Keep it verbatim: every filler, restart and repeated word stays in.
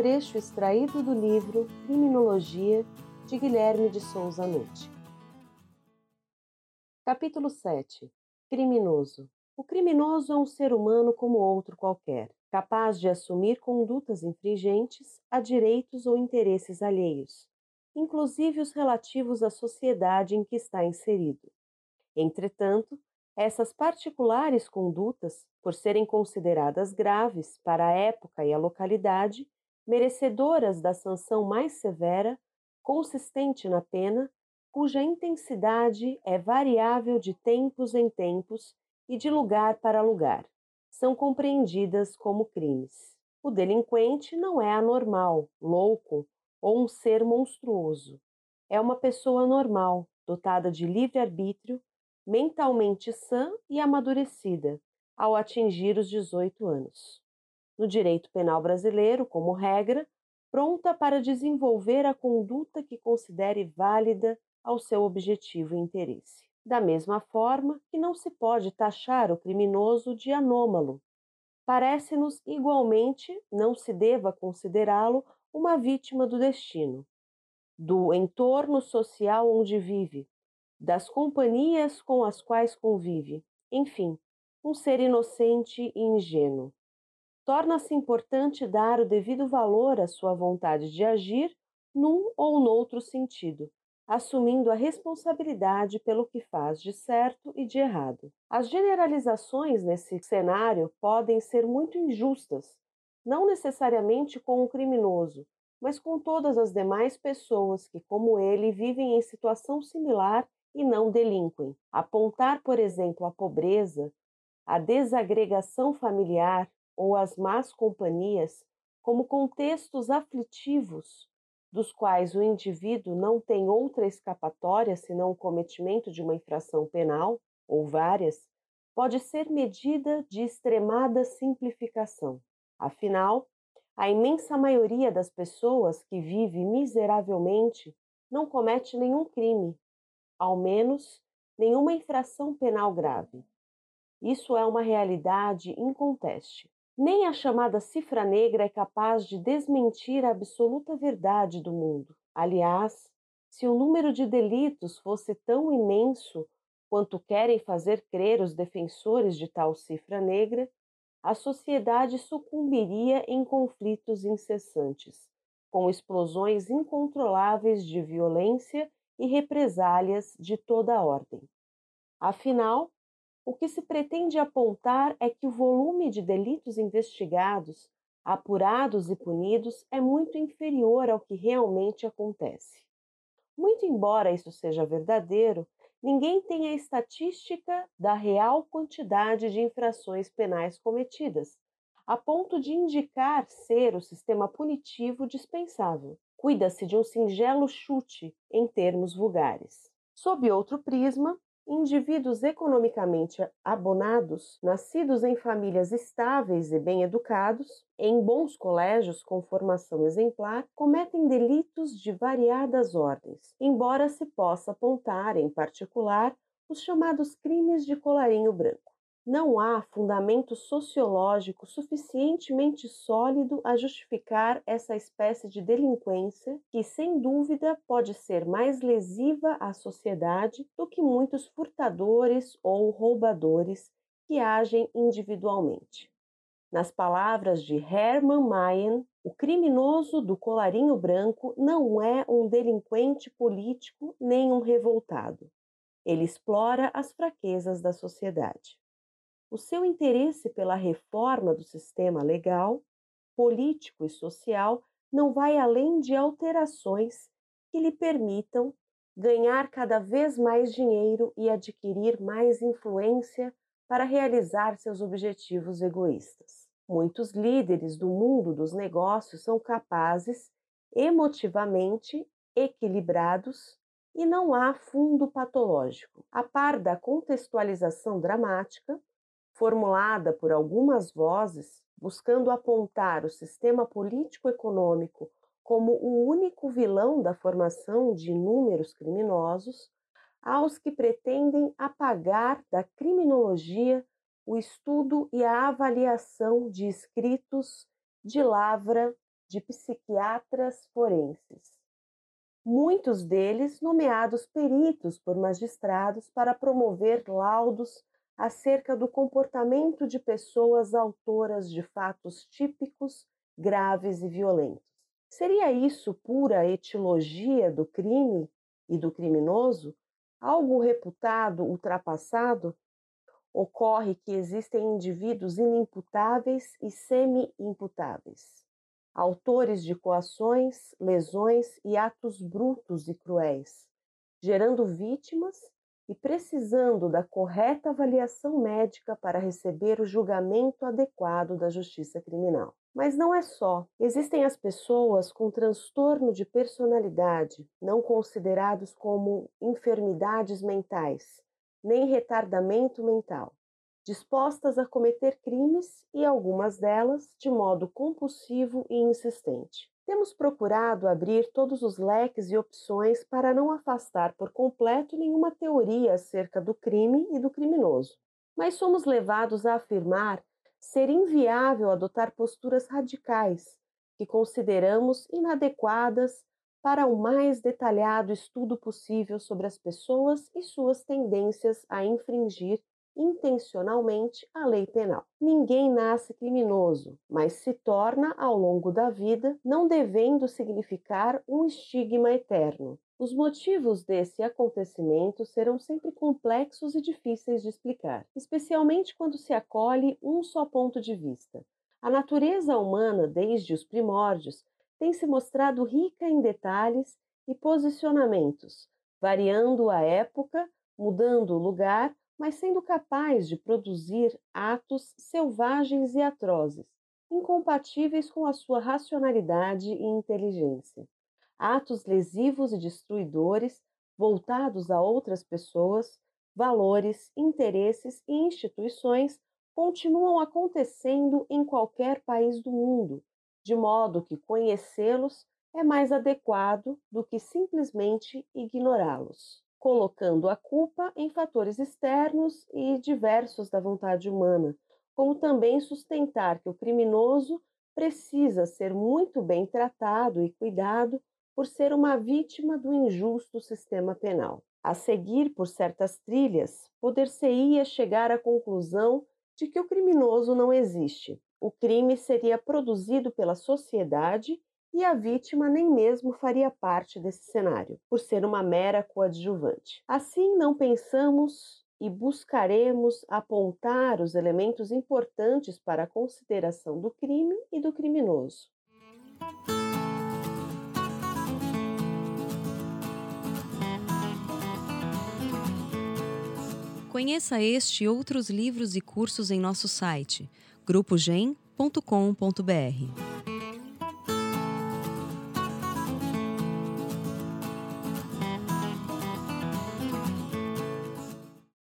trecho extraído do livro Criminologia, de Guilherme de Souza Nutti. Capítulo sete. Criminoso. O criminoso é um ser humano como outro qualquer, capaz de assumir condutas infringentes a direitos ou interesses alheios, inclusive os relativos à sociedade em que está inserido. Entretanto, essas particulares condutas, por serem consideradas graves para a época e a localidade, merecedoras da sanção mais severa, consistente na pena, cuja intensidade é variável de tempos em tempos e de lugar para lugar, são compreendidas como crimes. O delinquente não é anormal, louco ou um ser monstruoso. É uma pessoa normal, dotada de livre-arbítrio, mentalmente sã e amadurecida, ao atingir os dezoito anos. No direito penal brasileiro, como regra, pronta para desenvolver a conduta que considere válida ao seu objetivo e interesse. Da mesma forma que não se pode taxar o criminoso de anômalo, parece-nos igualmente não se deva considerá-lo uma vítima do destino, do entorno social onde vive, das companhias com as quais convive, enfim, um ser inocente e ingênuo. Torna-se importante dar o devido valor à sua vontade de agir num ou noutro sentido, assumindo a responsabilidade pelo que faz de certo e de errado. As generalizações nesse cenário podem ser muito injustas, não necessariamente com o criminoso, mas com todas as demais pessoas que, como ele, vivem em situação similar e não delinquem. Apontar, por exemplo, a pobreza, a desagregação familiar ou as más companhias como contextos aflitivos dos quais o indivíduo não tem outra escapatória senão o cometimento de uma infração penal, ou várias, pode ser medida de extremada simplificação. Afinal, a imensa maioria das pessoas que vive miseravelmente não comete nenhum crime, ao menos nenhuma infração penal grave. Isso é uma realidade inconteste. Nem a chamada cifra negra é capaz de desmentir a absoluta verdade do mundo. Aliás, se o número de delitos fosse tão imenso quanto querem fazer crer os defensores de tal cifra negra, a sociedade sucumbiria em conflitos incessantes, com explosões incontroláveis de violência e represálias de toda a ordem. Afinal, o que se pretende apontar é que o volume de delitos investigados, apurados e punidos é muito inferior ao que realmente acontece. Muito embora isso seja verdadeiro, ninguém tem a estatística da real quantidade de infrações penais cometidas, a ponto de indicar ser o sistema punitivo dispensável. Cuida-se de um singelo chute em termos vulgares. Sob outro prisma, indivíduos economicamente abonados, nascidos em famílias estáveis e bem educados, em bons colégios com formação exemplar, cometem delitos de variadas ordens, embora se possa apontar, em particular, os chamados crimes de colarinho branco. Não há fundamento sociológico suficientemente sólido a justificar essa espécie de delinquência que, sem dúvida, pode ser mais lesiva à sociedade do que muitos furtadores ou roubadores que agem individualmente. Nas palavras de Hermann Mayen, o criminoso do colarinho branco não é um delinquente político nem um revoltado. Ele explora as fraquezas da sociedade. O seu interesse pela reforma do sistema legal, político e social não vai além de alterações que lhe permitam ganhar cada vez mais dinheiro e adquirir mais influência para realizar seus objetivos egoístas. Muitos líderes do mundo dos negócios são capazes, emotivamente equilibrados, e não há fundo patológico. A par da contextualização dramática, formulada por algumas vozes, buscando apontar o sistema político-econômico como o único vilão da formação de inúmeros criminosos, aos que pretendem apagar da criminologia o estudo e a avaliação de escritos de lavra de psiquiatras forenses, muitos deles nomeados peritos por magistrados para promover laudos acerca do comportamento de pessoas autoras de fatos típicos, graves e violentos. Seria isso pura etiologia do crime e do criminoso? Algo reputado ultrapassado? Ocorre que existem indivíduos inimputáveis e semi-imputáveis, autores de coações, lesões e atos brutos e cruéis, gerando vítimas e precisando da correta avaliação médica para receber o julgamento adequado da justiça criminal. Mas não é só. Existem as pessoas com transtorno de personalidade, não considerados como enfermidades mentais, nem retardamento mental, dispostas a cometer crimes e algumas delas de modo compulsivo e insistente. Temos procurado abrir todos os leques e opções para não afastar por completo nenhuma teoria acerca do crime e do criminoso, mas somos levados a afirmar ser inviável adotar posturas radicais que consideramos inadequadas para o mais detalhado estudo possível sobre as pessoas e suas tendências a infringir intencionalmente a lei penal. Ninguém nasce criminoso, mas se torna ao longo da vida, não devendo significar um estigma eterno. Os motivos desse acontecimento serão sempre complexos e difíceis de explicar, especialmente quando se acolhe um só ponto de vista. A natureza humana, desde os primórdios, tem se mostrado rica em detalhes e posicionamentos, variando a época, mudando o lugar, mas sendo capaz de produzir atos selvagens e atrozes, incompatíveis com a sua racionalidade e inteligência. Atos lesivos e destruidores voltados a outras pessoas, valores, interesses e instituições continuam acontecendo em qualquer país do mundo, de modo que conhecê-los é mais adequado do que simplesmente ignorá-los, colocando a culpa em fatores externos e diversos da vontade humana, como também sustentar que o criminoso precisa ser muito bem tratado e cuidado por ser uma vítima do injusto sistema penal. A seguir por certas trilhas, poder-se-ia chegar à conclusão de que o criminoso não existe. O crime seria produzido pela sociedade e a vítima nem mesmo faria parte desse cenário, por ser uma mera coadjuvante. Assim, não pensamos e buscaremos apontar os elementos importantes para a consideração do crime e do criminoso. Conheça este e outros livros e cursos em nosso site grupo gen ponto com ponto br.